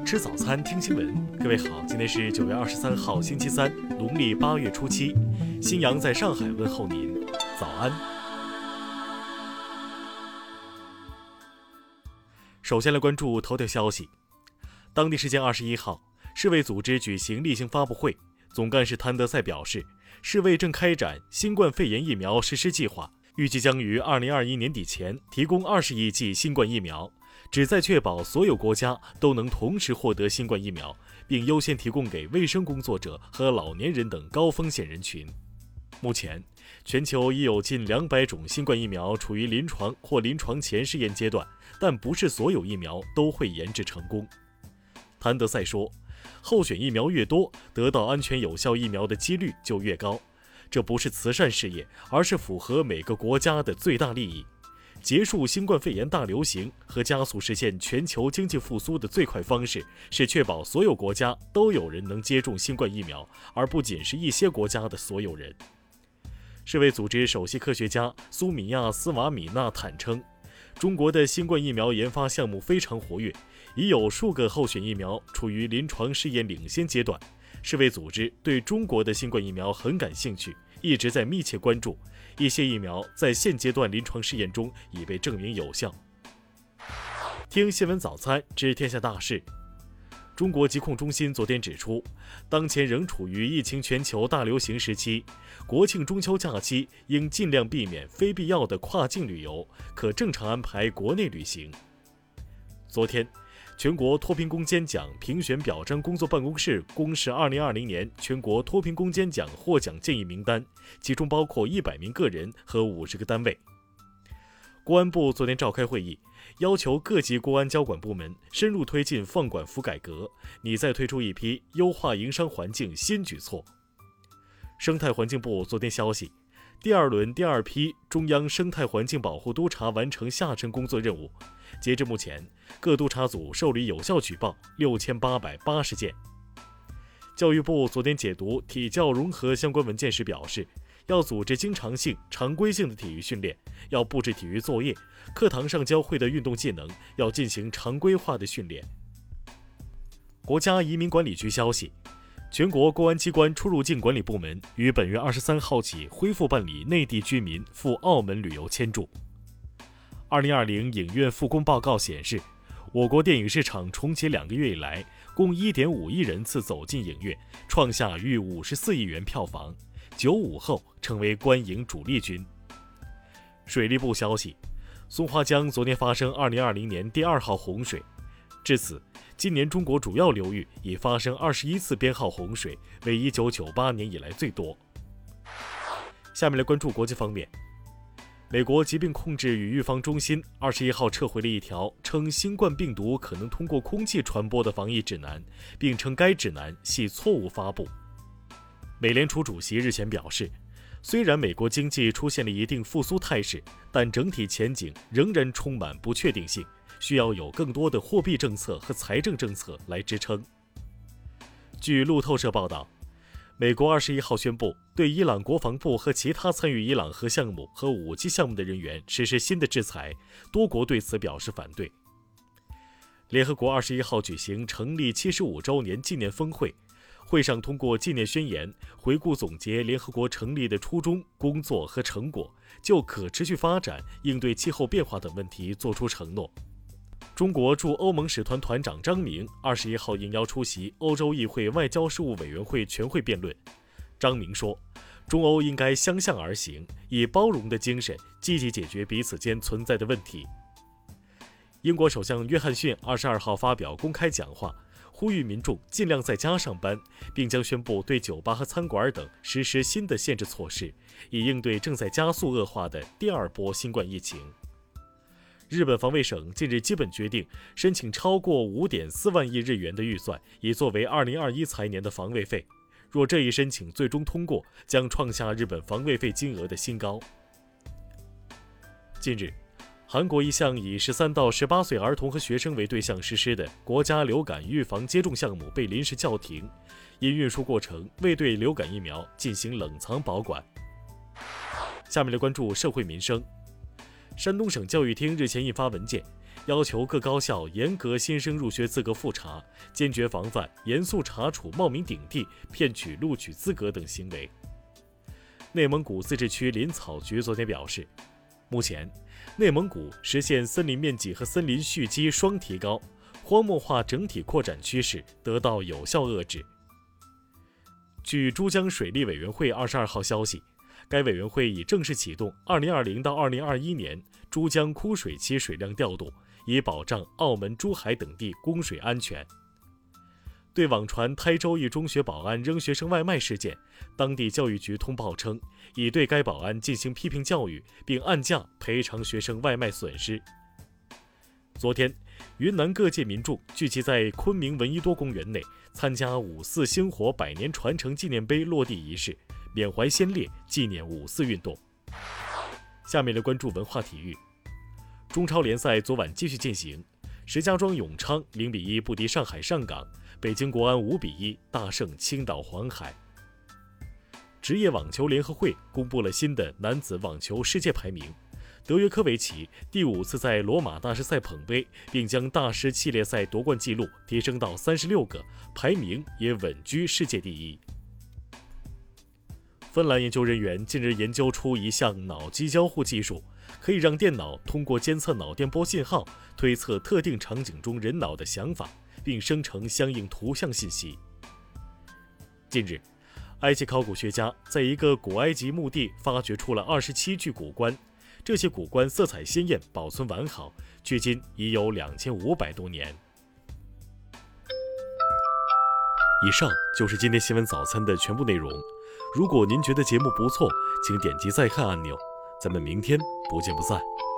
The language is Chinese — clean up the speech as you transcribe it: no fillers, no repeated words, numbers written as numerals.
吃早餐，听新闻。各位好，今天是9月23号，星期三，农历8月初7。新阳在上海问候您，早安。首先来关注头条消息。当地时间21号，世卫组织举行例行发布会，总干事谭德赛表示，世卫正开展新冠肺炎疫苗实施计划，预计将于2021年底前提供20亿剂新冠疫苗，旨在确保所有国家都能同时获得新冠疫苗，并优先提供给卫生工作者和老年人等高风险人群。目前，全球已有近200种新冠疫苗处于临床或临床前试验阶段，但不是所有疫苗都会研制成功。谭德赛说，候选疫苗越多，得到安全有效疫苗的几率就越高。这不是慈善事业，而是符合每个国家的最大利益。结束新冠肺炎大流行和加速实现全球经济复苏的最快方式，是确保所有国家都有人能接种新冠疫苗，而不仅是一些国家的所有人。世卫组织首席科学家苏米亚斯瓦米纳坦称，中国的新冠疫苗研发项目非常活跃，已有数个候选疫苗处于临床试验领先阶段。世卫组织对中国的新冠疫苗很感兴趣，一直在密切关注。一些疫苗在现阶段临床试验中已被证明有效。听新闻早餐知天下大事。中国疾控中心昨天指出，当前仍处于疫情全球大流行时期，国庆中秋假期应尽量避免非必要的跨境旅游，可正常安排国内旅行。昨天，全国脱贫攻坚奖评选表彰工作办公室公示2020年全国脱贫攻坚奖获奖建议名单，其中包括100名个人和50个单位。公安部昨天召开会议，要求各级公安交管部门深入推进放管服改革，拟再推出一批优化营商环境新举措。生态环境部昨天消息，第2轮第2批中央生态环境保护督察完成下沉工作任务，截至目前，各督察组受理有效举报6880件。教育部昨天解读体教融合相关文件时表示，要组织经常性、常规性的体育训练，要布置体育作业，课堂上教会的运动技能要进行常规化的训练。国家移民管理局消息，全国公安机关出入境管理部门于本月23号起恢复办理内地居民赴澳门旅游签注。2020影院复工报告显示，我国电影市场重启2个月以来，共1.5亿人次走进影院，创下逾54亿元票房，95后成为观影主力军。水利部消息，松花江昨天发生2020年第2号洪水，至此，今年中国主要流域已发生21次编号洪水，为1998年以来最多。下面来关注国际方面。美国疾病控制与预防中心21号撤回了一条称新冠病毒可能通过空气传播的防疫指南，并称该指南系错误发布。美联储主席日前表示，虽然美国经济出现了一定复苏态势，但整体前景仍然充满不确定性，需要有更多的货币政策和财政政策来支撑。据路透社报道，美国21号宣布对伊朗国防部和其他参与伊朗核项目和5G项目的人员实施新的制裁，多国对此表示反对。联合国21号举行成立75周年纪念峰会，会上通过纪念宣言回顾总结联合国成立的初衷、工作和成果，就可持续发展、应对气候变化等问题作出承诺。中国驻欧盟使团团长张明21号应邀出席欧洲议会外交事务委员会全会辩论。张明说，中欧应该相向而行，以包容的精神积极解决彼此间存在的问题。英国首相约翰逊22号发表公开讲话，呼吁民众尽量在家上班，并将宣布对酒吧和餐馆等实施新的限制措施，以应对正在加速恶化的第2波新冠疫情。日本防卫省近日基本决定申请超过 5.4 万亿日元的预算，以作为2021财年的防卫费。若这一申请最终通过，将创下日本防卫费金额的新高。近日，韩国一项以13到18岁儿童和学生为对象实施的国家流感预防接种项目被临时叫停，因运输过程未对流感疫苗进行冷藏保管。下面来关注社会民生。 山东省教育厅日前印发文件，要求各高校严格新生入学资格复查，坚决防范严肃查处冒名顶替、骗取录取资格等行为。内蒙古自治区林草局昨天表示，目前内蒙古实现森林面积和森林蓄积双提高，荒漠化整体扩展趋势得到有效遏制。据珠江水利委员会22号消息，该委员会已正式启动2020到2021年珠江枯水期水量调度，以保障澳门、珠海等地供水安全。对网传台州一中学保安扔学生外卖事件，当地教育局通报称，已对该保安进行批评教育，并按价赔偿学生外卖损失。昨天，云南各界民众聚集在昆明闻一多公园内，参加5·4星火100年传承纪念碑落地仪式，缅怀先烈，纪念5·4运动。下面来关注文化体育。中超联赛昨晚继续进行，石家庄永昌0-1不敌上海上港，北京国安5-1大胜青岛黄海。职业网球联合会公布了新的男子网球世界排名，德约科维奇第5次在罗马大师赛捧杯，并将大师系列赛夺冠纪录提升到36个，排名也稳居世界第1。芬兰研究人员近日研究出一项脑机交互技术，可以让电脑通过监测脑电波信号，推测特定场景中人脑的想法，并生成相应图像信息。近日，埃及考古学家在一个古埃及墓地发掘出了27具古棺，这些古棺色彩鲜艳，保存完好，距今已有2500多年。以上就是今天新闻早餐的全部内容。如果您觉得节目不错，请点击再看按钮。咱们明天不见不散。